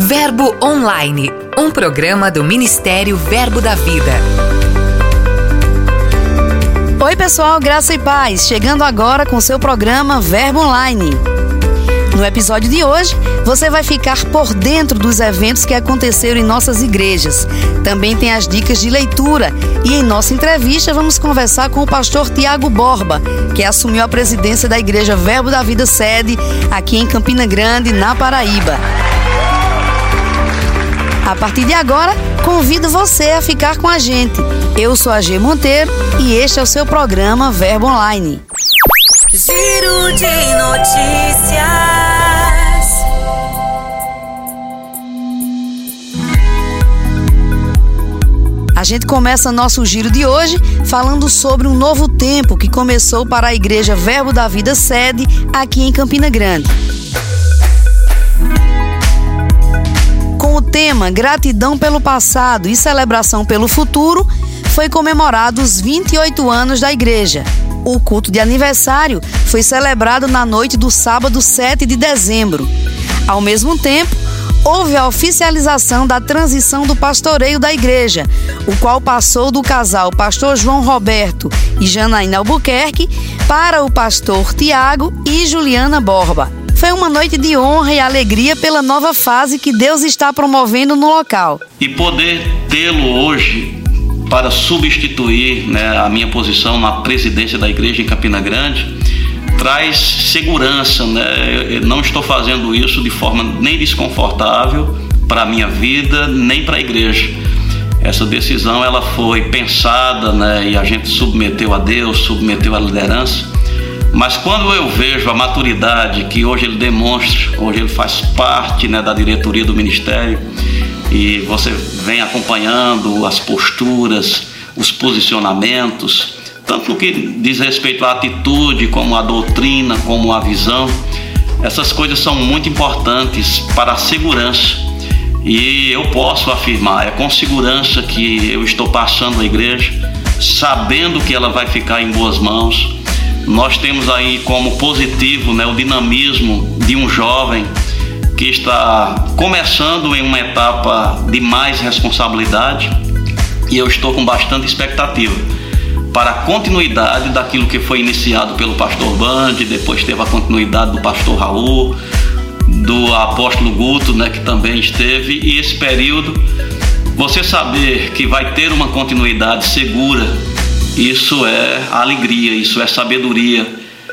Verbo Online, um programa do Ministério Verbo da Vida. Oi pessoal, graça e paz, chegando agora com seu programa Verbo Online. No episódio de hoje, você vai ficar por dentro dos eventos que aconteceram em nossas igrejas. Também tem as dicas de leitura e em nossa entrevista vamos conversar com o pastor Tiago Borba, que assumiu a presidência da Igreja Verbo da Vida Sede, aqui em Campina Grande, na Paraíba. A partir de agora, convido você a ficar com a gente. Eu sou a G Monteiro e este é o seu programa Verbo Online. Giro de notícias. A gente começa nosso giro de hoje falando sobre um novo tempo que começou para a Igreja Verbo da Vida Sede aqui em Campina Grande. Com o tema Gratidão pelo Passado e Celebração pelo Futuro, foi comemorado os 28 anos da igreja. O culto de aniversário foi celebrado na noite do sábado 7 de dezembro. Ao mesmo tempo, houve a oficialização da transição do pastoreio da igreja, o qual passou do casal pastor João Roberto e Janaína Albuquerque para o pastor Tiago e Juliana Borba. Foi uma noite de honra e alegria pela nova fase que Deus está promovendo no local. E poder tê-lo hoje para substituir, a minha posição na presidência da igreja em Campina Grande, traz segurança. Eu não estou fazendo isso de forma nem desconfortável para a minha vida, nem para a igreja. Essa decisão ela foi pensada, e a gente submeteu a Deus, submeteu a liderança. Mas quando eu vejo a maturidade que hoje ele demonstra, hoje ele faz parte da diretoria do ministério, e você vem acompanhando as posturas, os posicionamentos, tanto no que diz respeito à atitude, como à doutrina, como à visão. Essas coisas são muito importantes para a segurança. E eu posso afirmar, é com segurança que eu estou passando a igreja, sabendo que ela vai ficar em boas mãos. Nós temos aí como positivo o dinamismo de um jovem que está começando em uma etapa de mais responsabilidade, e eu estou com bastante expectativa para a continuidade daquilo que foi iniciado pelo pastor Band, depois teve a continuidade do pastor Raul, do apóstolo Guto, que também esteve, e esse período, você saber que vai ter uma continuidade segura, isso é alegria, isso é sabedoria,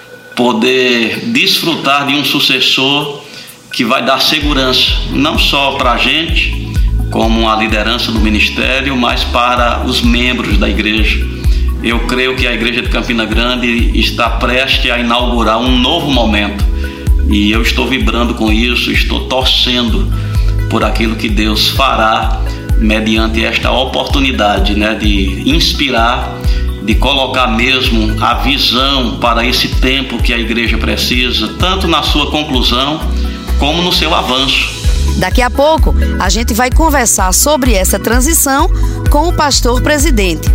poder desfrutar de um sucessor que vai dar segurança, não só para a gente, como a liderança do ministério, mas para os membros da igreja. Eu creio que a igreja de Campina Grande está prestes a inaugurar um novo momento, e eu estou vibrando com isso, estou torcendo por aquilo que Deus fará mediante esta oportunidade, de inspirar, de colocar mesmo a visão para esse tempo que a igreja precisa, tanto na sua conclusão como no seu avanço. Daqui a pouco, a gente vai conversar sobre essa transição com o pastor presidente.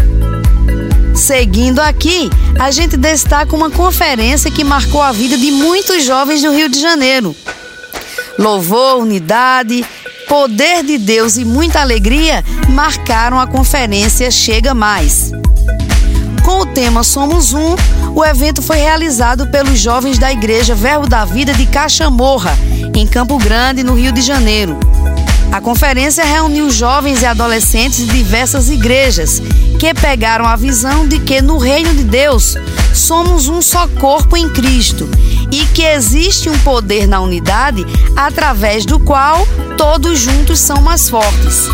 Seguindo aqui, a gente destaca uma conferência que marcou a vida de muitos jovens do Rio de Janeiro. Louvor, unidade, poder de Deus e muita alegria marcaram a conferência Chega Mais. Com o tema Somos Um, o evento foi realizado pelos jovens da Igreja Verbo da Vida de Cachamorra, em Campo Grande, no Rio de Janeiro. A conferência reuniu jovens e adolescentes de diversas igrejas que pegaram a visão de que no reino de Deus somos um só corpo em Cristo e que existe um poder na unidade através do qual todos juntos são mais fortes.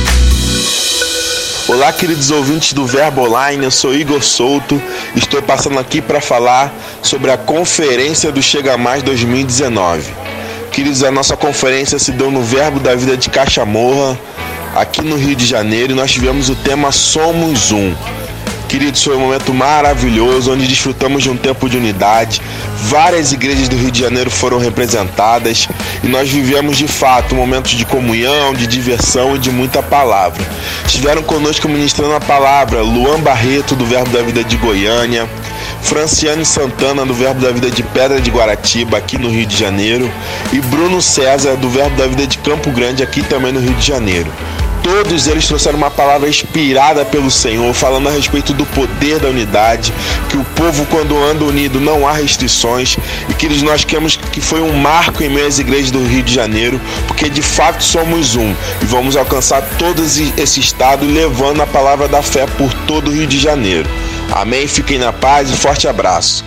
Olá, queridos ouvintes do Verbo Online, eu sou Igor Souto, estou passando aqui para falar sobre a conferência do Chega Mais 2019. Queridos, a nossa conferência se deu no Verbo da Vida de Cachamorra, aqui no Rio de Janeiro, e nós tivemos o tema Somos Um. Queridos, foi um momento maravilhoso, onde desfrutamos de um tempo de unidade. Várias igrejas do Rio de Janeiro foram representadas e nós vivemos de fato momentos de comunhão, de diversão e de muita palavra. Estiveram conosco ministrando a palavra Luan Barreto, do Verbo da Vida de Goiânia, Franciane Santana, do Verbo da Vida de Pedra de Guaratiba, aqui no Rio de Janeiro, e Bruno César, do Verbo da Vida de Campo Grande, aqui também no Rio de Janeiro. Todos eles trouxeram uma palavra inspirada pelo Senhor, falando a respeito do poder da unidade, que o povo, quando anda unido, não há restrições, e que nós queremos que foi um marco em meio às igrejas do Rio de Janeiro, porque de fato somos um, e vamos alcançar todo esse estado, levando a palavra da fé por todo o Rio de Janeiro. Amém? Fiquem na paz e forte abraço.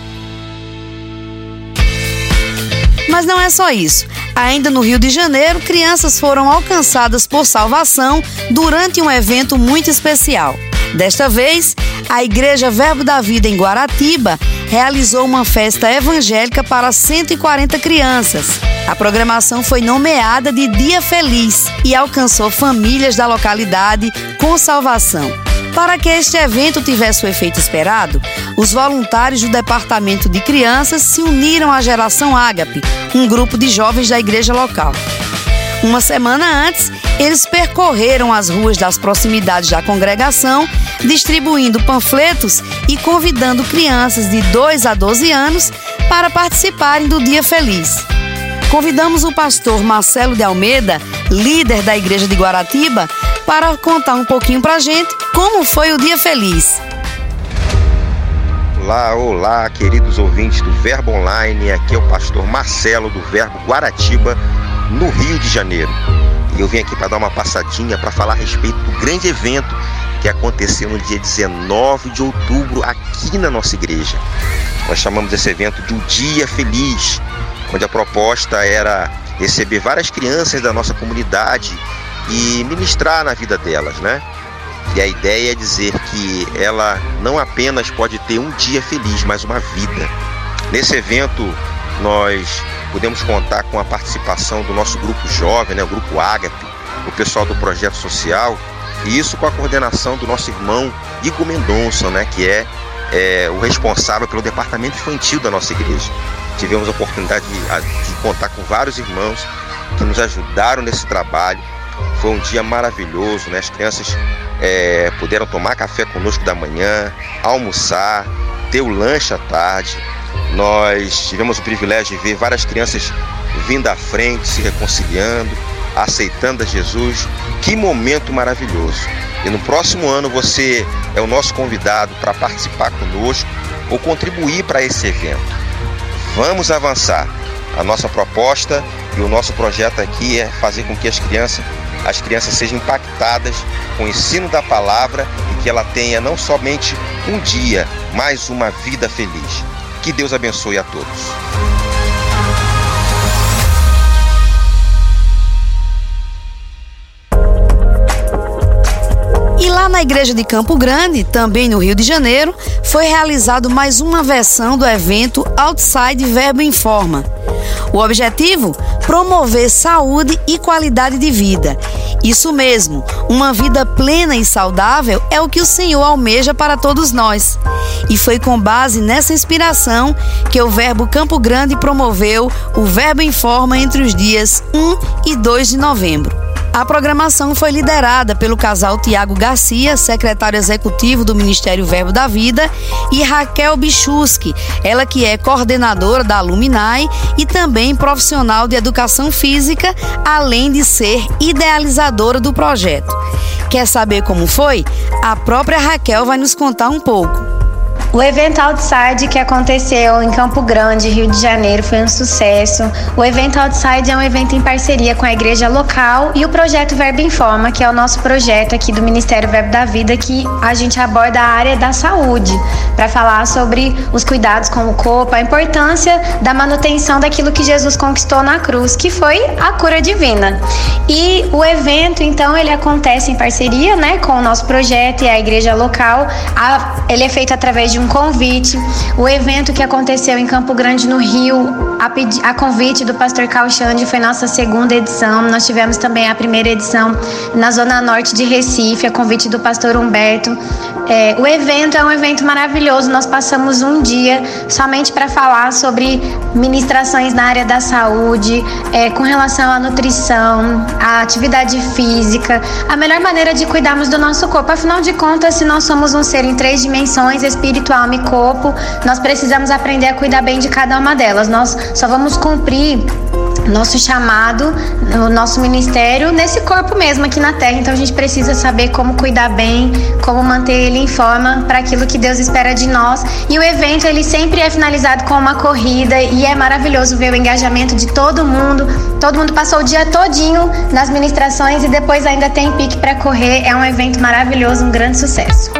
Mas não é só isso. Ainda no Rio de Janeiro, crianças foram alcançadas por salvação durante um evento muito especial. Desta vez, a Igreja Verbo da Vida em Guaratiba realizou uma festa evangélica para 140 crianças. A programação foi nomeada de Dia Feliz e alcançou famílias da localidade com salvação. Para que este evento tivesse o efeito esperado, os voluntários do Departamento de Crianças se uniram à Geração Ágape, um grupo de jovens da igreja local. Uma semana antes, eles percorreram as ruas das proximidades da congregação, distribuindo panfletos e convidando crianças de 2 a 12 anos para participarem do Dia Feliz. Convidamos o pastor Marcelo de Almeida, líder da igreja de Guaratiba, para contar um pouquinho pra gente como foi o Dia Feliz. Olá, queridos ouvintes do Verbo Online. Aqui é o pastor Marcelo do Verbo Guaratiba, no Rio de Janeiro. E eu vim aqui para dar uma passadinha para falar a respeito do grande evento que aconteceu no dia 19 de outubro aqui na nossa igreja. Nós chamamos esse evento de um Dia Feliz, onde a proposta era receber várias crianças da nossa comunidade e ministrar na vida delas, né? E a ideia é dizer que ela não apenas pode ter um dia feliz, mas uma vida. Nesse evento, nós podemos contar com a participação do nosso grupo jovem, né? O Grupo Ágape, o pessoal do Projeto Social, e isso com a coordenação do nosso irmão Igor Mendonça, né? Que é o responsável pelo departamento infantil da nossa igreja. Tivemos a oportunidade de contar com vários irmãos que nos ajudaram nesse trabalho. Foi um dia maravilhoso, né? As crianças puderam tomar café conosco da manhã, almoçar, ter o lanche à tarde. Nós tivemos o privilégio de ver várias crianças vindo à frente, se reconciliando, aceitando a Jesus. Que momento maravilhoso! E no próximo ano você é o nosso convidado para participar conosco ou contribuir para esse evento. Vamos avançar. A nossa proposta e o nosso projeto aqui é fazer com que as crianças sejam impactadas com o ensino da palavra e que ela tenha não somente um dia, mas uma vida feliz. Que Deus abençoe a todos. E lá na igreja de Campo Grande, também no Rio de Janeiro, foi realizado mais uma versão do evento Outside Verbo Informa. O objetivo? Promover saúde e qualidade de vida. Isso mesmo, uma vida plena e saudável é o que o Senhor almeja para todos nós. E foi com base nessa inspiração que o Verbo Campo Grande promoveu o Verbo Informa entre os dias 1 e 2 de novembro. A programação foi liderada pelo casal Tiago Garcia, secretário executivo do Ministério Verbo da Vida, e Raquel Bichuski, ela que é coordenadora da Luminai e também profissional de educação física, além de ser idealizadora do projeto. Quer saber como foi? A própria Raquel vai nos contar um pouco. O evento Outside que aconteceu em Campo Grande, Rio de Janeiro, foi um sucesso. O evento Outside é um evento em parceria com a igreja local e o projeto Verbo Informa, que é o nosso projeto aqui do Ministério Verbo da Vida, que a gente aborda a área da saúde, para falar sobre os cuidados com o corpo, a importância da manutenção daquilo que Jesus conquistou na cruz, que foi a cura divina. E o evento, então, ele acontece em parceria, né, com o nosso projeto e a igreja local. Ele é feito através de um convite. O evento que aconteceu em Campo Grande, no Rio, a convite do pastor Carl Xande, foi nossa segunda edição. Nós tivemos também a primeira edição na Zona Norte de Recife, a convite do pastor Humberto. O evento é um evento maravilhoso. Nós passamos um dia somente para falar sobre ministrações na área da saúde, com relação à nutrição, à atividade física, a melhor maneira de cuidarmos do nosso corpo. Afinal de contas, se nós somos um ser em 3 dimensões, espírito, alma e corpo, nós precisamos aprender a cuidar bem de cada uma delas. Nós só vamos cumprir nosso chamado, o nosso ministério nesse corpo mesmo aqui na Terra. Então a gente precisa saber como cuidar bem, como manter ele em forma para aquilo que Deus espera de nós. E o evento, ele sempre é finalizado com uma corrida e é maravilhoso ver o engajamento de todo mundo. Todo mundo passou o dia todinho nas ministrações e depois ainda tem pique para correr. É um evento maravilhoso, um grande sucesso.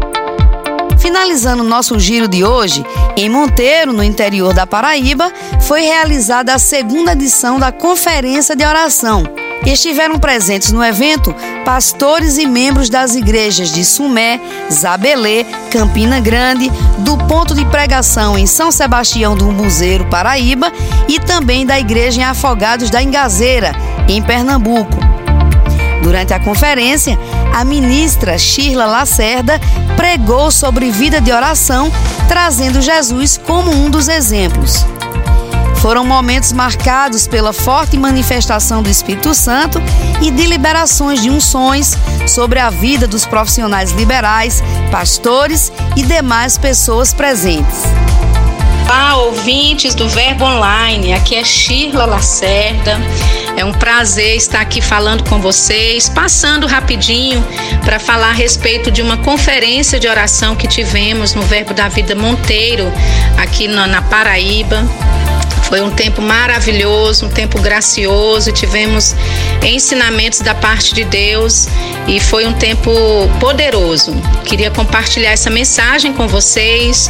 Finalizando o nosso giro de hoje, em Monteiro, no interior da Paraíba, foi realizada a segunda edição da Conferência de Oração. Estiveram presentes no evento pastores e membros das igrejas de Sumé, Zabelê, Campina Grande, do Ponto de Pregação em São Sebastião do Umbuzeiro, Paraíba, e também da igreja em Afogados da Ingazeira, em Pernambuco. Durante a conferência, a ministra Shirla Lacerda pregou sobre vida de oração, trazendo Jesus como um dos exemplos. Foram momentos marcados pela forte manifestação do Espírito Santo e de liberações de unções sobre a vida dos profissionais liberais, pastores e demais pessoas presentes. Olá, ouvintes do Verbo Online, aqui é Shirla Lacerda. É um prazer estar aqui falando com vocês, passando rapidinho para falar a respeito de uma conferência de oração que tivemos no Verbo da Vida Monteiro, aqui na Paraíba. Foi um tempo maravilhoso, um tempo gracioso, tivemos ensinamentos da parte de Deus e foi um tempo poderoso. Queria compartilhar essa mensagem com vocês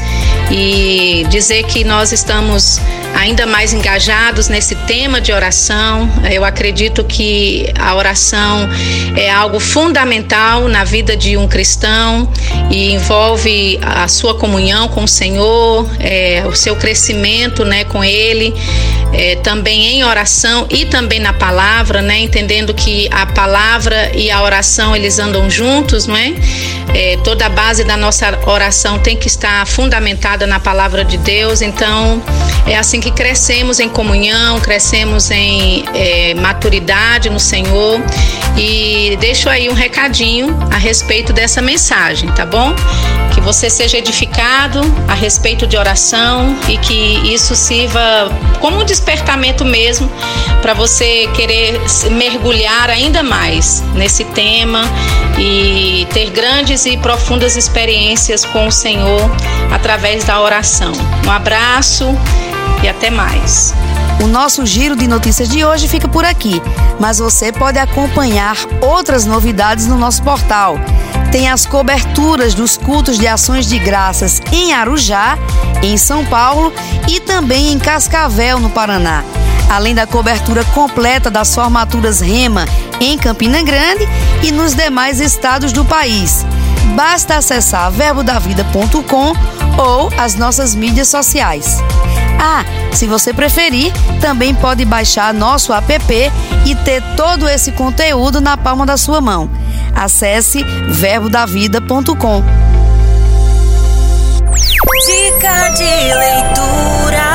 e dizer que nós estamos ainda mais engajados nesse tema de oração. Eu acredito que a oração é algo fundamental na vida de um cristão e envolve a sua comunhão com o Senhor, o seu crescimento, com Ele. Também em oração e também na palavra, entendendo que a palavra e a oração eles andam juntos, não é? Toda a base da nossa oração tem que estar fundamentada na palavra de Deus. Então é assim que crescemos em comunhão, crescemos em maturidade no Senhor. E deixo aí um recadinho a respeito dessa mensagem, tá bom? Que você seja edificado a respeito de oração e que isso sirva como um despertamento mesmo para você querer mergulhar ainda mais nesse tema e ter grandes e profundas experiências com o Senhor através da oração. Um abraço e até mais. O nosso giro de notícias de hoje fica por aqui, mas você pode acompanhar outras novidades no nosso portal. Tem as coberturas dos cultos de ações de graças em Arujá, em São Paulo e também em Cascavel, no Paraná. Além da cobertura completa das formaturas Rema em Campina Grande e nos demais estados do país. Basta acessar verbodavida.com ou as nossas mídias sociais. Se você preferir, também pode baixar nosso app e ter todo esse conteúdo na palma da sua mão. Acesse verbodavida.com. Dica de leitura.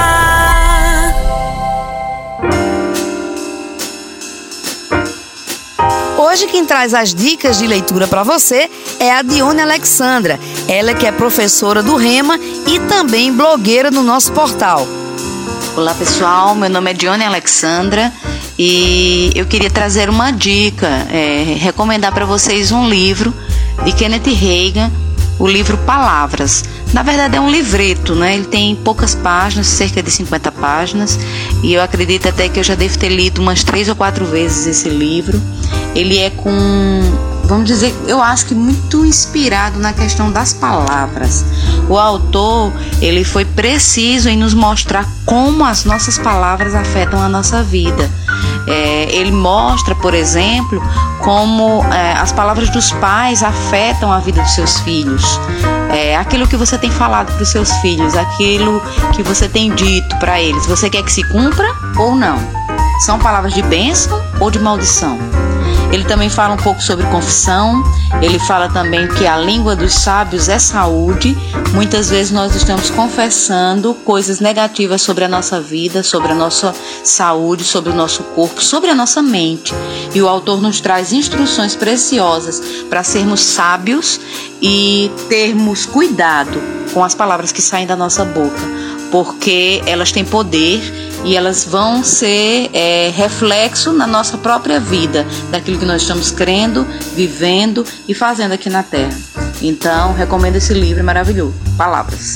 Hoje quem traz as dicas de leitura para você é a Dione Alexandra. Ela que é professora do Rema e também blogueira no nosso portal. Olá pessoal, meu nome é Dione Alexandra e eu queria trazer uma dica, recomendar para vocês um livro de Kenneth Hagin, o livro Palavras. Na verdade é um livreto, Ele tem poucas páginas, cerca de 50 páginas, e eu acredito até que eu já devo ter lido umas 3 ou 4 vezes esse livro. Ele é com vamos dizer, eu acho que muito inspirado na questão das palavras. O autor, ele foi preciso em nos mostrar como as nossas palavras afetam a nossa vida. Ele mostra, por exemplo, como as palavras dos pais afetam a vida dos seus filhos. Aquilo que você tem falado para os seus filhos, aquilo que você tem dito para eles, você quer que se cumpra ou não? São palavras de bênção ou de maldição? Ele também fala um pouco sobre confissão. Ele fala também que a língua dos sábios é saúde. Muitas vezes nós estamos confessando coisas negativas sobre a nossa vida, sobre a nossa saúde, sobre o nosso corpo, sobre a nossa mente. E o autor nos traz instruções preciosas para sermos sábios e termos cuidado com as palavras que saem da nossa boca, porque elas têm poder e elas vão ser reflexo na nossa própria vida, daquilo que nós estamos crendo, vivendo e fazendo aqui na Terra. Então, recomendo esse livro maravilhoso, Palavras.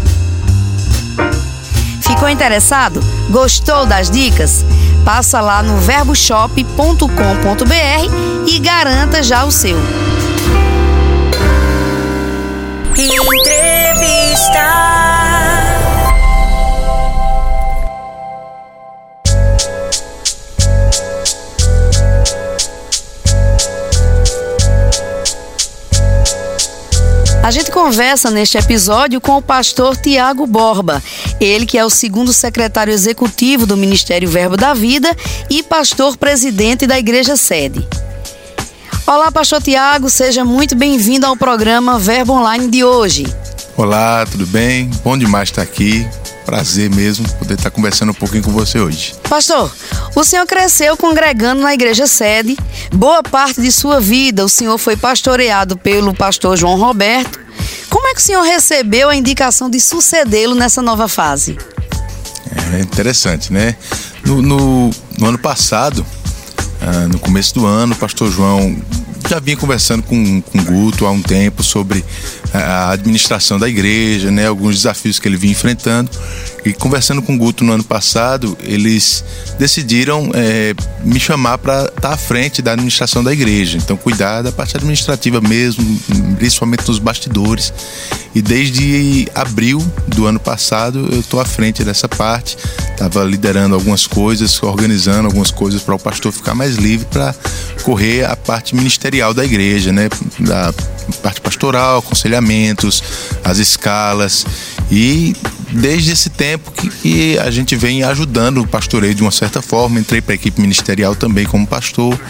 Ficou interessado? Gostou das dicas? Passa lá no verboshop.com.br e garanta já o seu. Entrevista. A gente conversa neste episódio com o pastor Tiago Borba, ele que é o segundo secretário executivo do Ministério Verbo da Vida e pastor presidente da Igreja Sede. Olá, pastor Tiago, seja muito bem-vindo ao programa Verbo Online de hoje. Olá, tudo bem? Bom demais estar aqui. Prazer mesmo poder estar conversando um pouquinho com você hoje. Pastor, o senhor cresceu congregando na Igreja Sede. Boa parte de sua vida o senhor foi pastoreado pelo pastor João Roberto. Como é que o senhor recebeu a indicação de sucedê-lo nessa nova fase? É interessante, né? No ano passado, no começo do ano, o pastor João já vinha conversando com o Guto há um tempo sobre a administração da igreja, né, alguns desafios que ele vinha enfrentando. E conversando com o Guto no ano passado, eles decidiram me chamar para estar à frente da administração da igreja. Então, cuidar da parte administrativa mesmo, principalmente dos bastidores. E desde abril do ano passado, eu estou à frente dessa parte. Estava liderando algumas coisas, organizando algumas coisas para o pastor ficar mais livre para correr a parte ministerial da igreja, né? Da parte pastoral, aconselhamentos, as escalas. E desde esse tempo que a gente vem ajudando o pastoreio de uma certa forma. Entrei para a equipe ministerial também como pastor.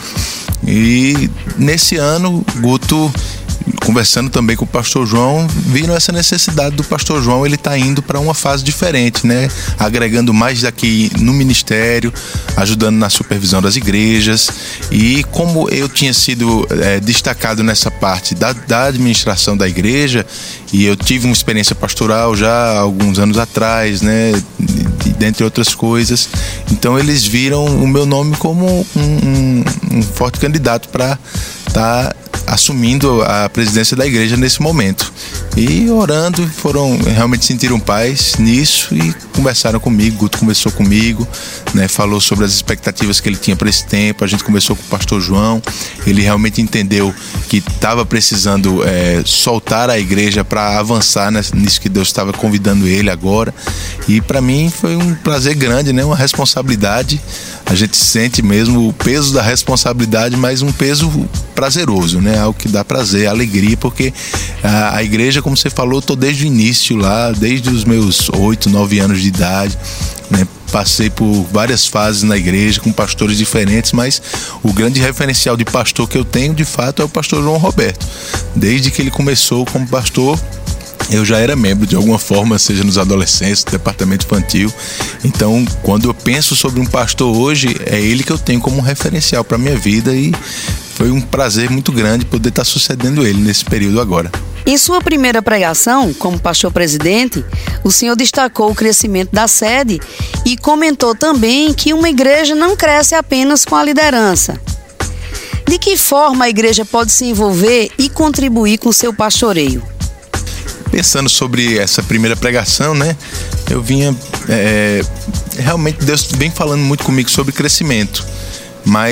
E nesse ano, Guto, conversando também com o pastor João, viram essa necessidade do pastor João, ele está indo para uma fase diferente, né? Agregando mais aqui no ministério, ajudando na supervisão das igrejas. E como eu tinha sido destacado nessa parte da administração da igreja, e eu tive uma experiência pastoral já há alguns anos atrás, né? Dentre outras coisas, então eles viram o meu nome como um forte candidato para estar assumindo a presidência da igreja nesse momento. E orando, realmente sentiram paz nisso e conversaram comigo. Guto conversou comigo, né, falou sobre as expectativas que ele tinha para esse tempo. A gente conversou com o pastor João, ele realmente entendeu que estava precisando soltar a igreja para avançar nisso que Deus estava convidando ele agora. E para mim foi um prazer grande, né, uma responsabilidade. A gente sente mesmo o peso da responsabilidade, mas um peso prazeroso, né? Algo que dá prazer, alegria, porque a igreja, como você falou, estou desde o início lá, desde os meus 8, 9 anos de idade, né? Passei por várias fases na igreja com pastores diferentes, mas o grande referencial de pastor que eu tenho, de fato, é o pastor João Roberto. Desde que ele começou como pastor, eu já era membro de alguma forma, seja nos adolescentes, no departamento infantil. Então, quando eu penso sobre um pastor hoje, é ele que eu tenho como referencial para a minha vida, e foi um prazer muito grande poder estar sucedendo ele nesse período agora. Em sua primeira pregação, como pastor presidente, o senhor destacou o crescimento da sede e comentou também que uma igreja não cresce apenas com a liderança. De que forma a igreja pode se envolver e contribuir com o seu pastoreio? Pensando sobre essa primeira pregação, né, eu vinha, realmente Deus vem falando muito comigo sobre crescimento, mas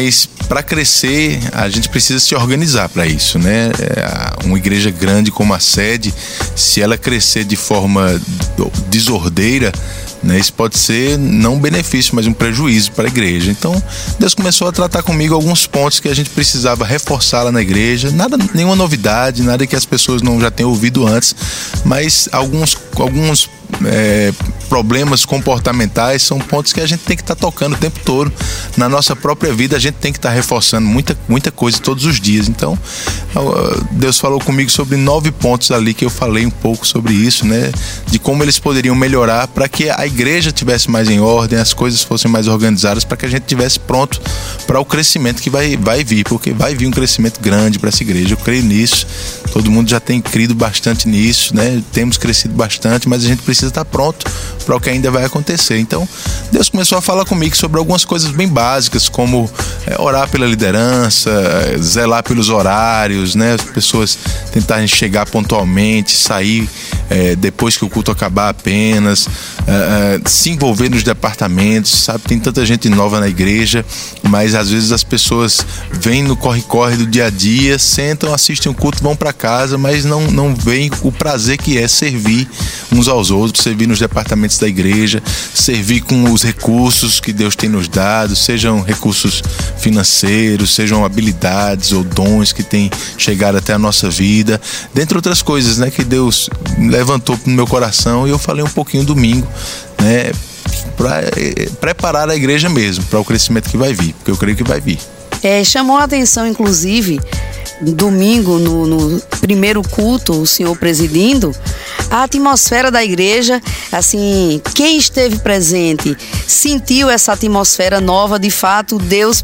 para crescer, a gente precisa se organizar para isso, né? Uma igreja grande como a sede, se ela crescer de forma desordeira, né, isso pode ser não um benefício, mas um prejuízo para a igreja. Então, Deus começou a tratar comigo alguns pontos que a gente precisava reforçar lá na igreja. Nenhuma novidade, nada que as pessoas não já tenham ouvido antes, mas alguns problemas comportamentais são pontos que a gente tem que estar tocando o tempo todo. Na nossa própria vida, a gente tem que estar reforçando muita coisa todos os dias. Então, Deus falou comigo sobre 9 pontos ali, que eu falei um pouco sobre isso, né? De como eles poderiam melhorar para que a igreja tivesse mais em ordem, as coisas fossem mais organizadas, para que a gente tivesse pronto para o crescimento que vai vir, porque vai vir um crescimento grande para essa igreja. Eu creio nisso. Todo mundo já tem crido bastante nisso, né? Temos crescido bastante, mas a gente precisa estar pronto para o que ainda vai acontecer. Então, Deus começou a falar comigo sobre algumas coisas bem básicas, como orar pela liderança, zelar pelos horários, né? As pessoas tentarem chegar pontualmente, sair depois que o culto acabar apenas, se envolver nos departamentos, sabe? Tem tanta gente nova na igreja, mas às vezes as pessoas vêm no corre-corre do dia a dia, sentam, assistem o culto, vão para casa, mas não veem o prazer que é servir uns aos outros, servir nos departamentos da igreja, servir com os recursos que Deus tem nos dado, sejam recursos financeiros, sejam habilidades ou dons que têm chegado até a nossa vida, dentre outras coisas, né, que Deus levantou no meu coração. E eu falei um pouquinho domingo, né, para preparar a igreja mesmo para o crescimento que vai vir, porque eu creio que vai vir. Chamou a atenção, inclusive, domingo, no primeiro culto, o senhor presidindo, a atmosfera da igreja, assim, quem esteve presente sentiu essa atmosfera nova. De fato, Deus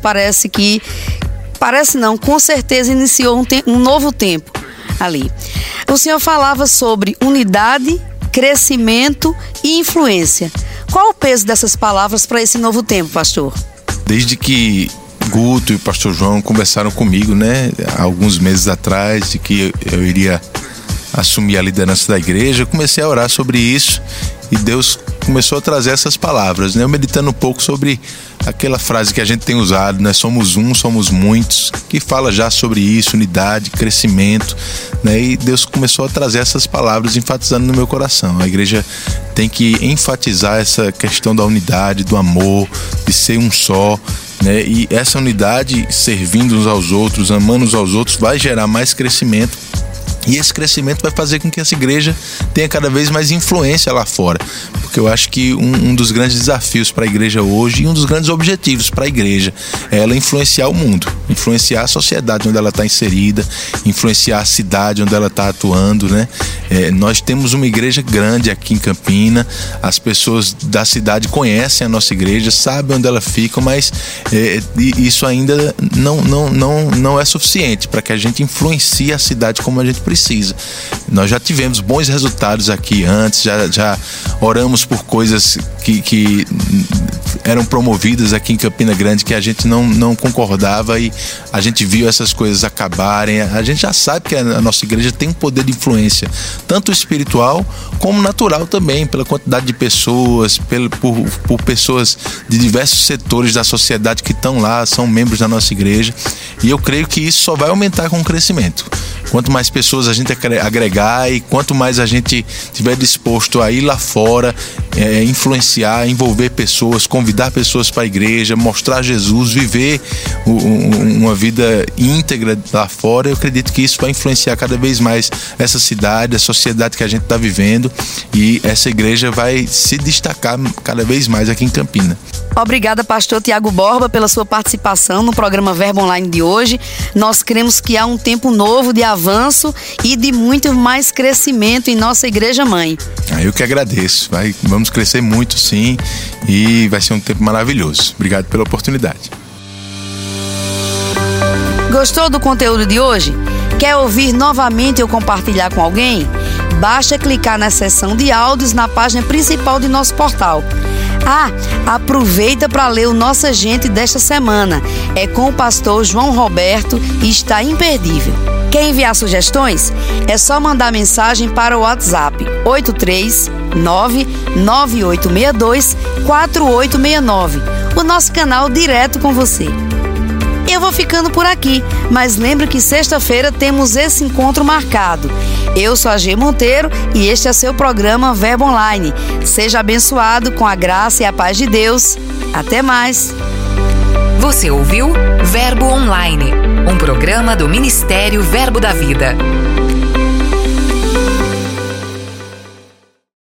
com certeza iniciou um novo tempo ali. O senhor falava sobre unidade, crescimento e influência. Qual o peso dessas palavras para esse novo tempo, pastor? Desde que Guto e o pastor João conversaram comigo, né, alguns meses atrás, de que eu iria assumir a liderança da igreja, eu comecei a orar sobre isso e Deus começou a trazer essas palavras, né? Eu meditando um pouco sobre aquela frase que a gente tem usado, né? Somos um, somos muitos, que fala já sobre isso, unidade, crescimento, né? E Deus começou a trazer essas palavras, enfatizando no meu coração. A igreja tem que enfatizar essa questão da unidade, do amor, de ser um só, né? E essa unidade, servindo uns aos outros, amando uns aos outros, vai gerar mais crescimento. E esse crescimento vai fazer com que essa igreja tenha cada vez mais influência lá fora. Porque eu acho que um dos grandes desafios para a igreja hoje e um dos grandes objetivos para a igreja é ela influenciar o mundo, influenciar a sociedade onde ela está inserida, influenciar a cidade onde ela está atuando, né? Nós temos uma igreja grande aqui em Campina, as pessoas da cidade conhecem a nossa igreja, sabem onde ela fica, mas isso ainda não é suficiente para que a gente influencie a cidade como a gente precisa. Nós já tivemos bons resultados aqui antes, já oramos por coisas que eram promovidas aqui em Campina Grande que a gente não concordava e a gente viu essas coisas acabarem. A gente já sabe que a nossa igreja tem um poder de influência, tanto espiritual como natural também, pela quantidade de pessoas, por pessoas de diversos setores da sociedade que estão lá, são membros da nossa igreja, e eu creio que isso só vai aumentar com o crescimento. Quanto mais pessoas a gente agregar e quanto mais a gente estiver disposto a ir lá fora, influenciar, envolver pessoas, convidar pessoas para a igreja, mostrar Jesus, viver uma vida íntegra lá fora, eu acredito que isso vai influenciar cada vez mais essa cidade, a sociedade que a gente está vivendo, e essa igreja vai se destacar cada vez mais aqui em Campina. Obrigada, pastor Tiago Borba, pela sua participação no programa Verbo Online de hoje. Nós cremos que há um tempo novo de avanço e de muito mais crescimento em nossa igreja mãe. Eu que agradeço. Vamos crescer muito, sim, e vai ser um tempo maravilhoso. Obrigado pela oportunidade. Gostou do conteúdo de hoje? Quer ouvir novamente ou compartilhar com alguém? Basta clicar na seção de áudios na página principal de nosso portal. Aproveita para ler o Nossa Gente desta semana. É com o pastor João Roberto e está imperdível. Quer enviar sugestões? É só mandar mensagem para o WhatsApp 839-9862-4869. O nosso canal direto com você. Eu vou ficando por aqui, mas lembro que sexta-feira temos esse encontro marcado. Eu sou a G Monteiro e este é seu programa Verbo Online. Seja abençoado com a graça e a paz de Deus. Até mais. Você ouviu Verbo Online, um programa do Ministério Verbo da Vida.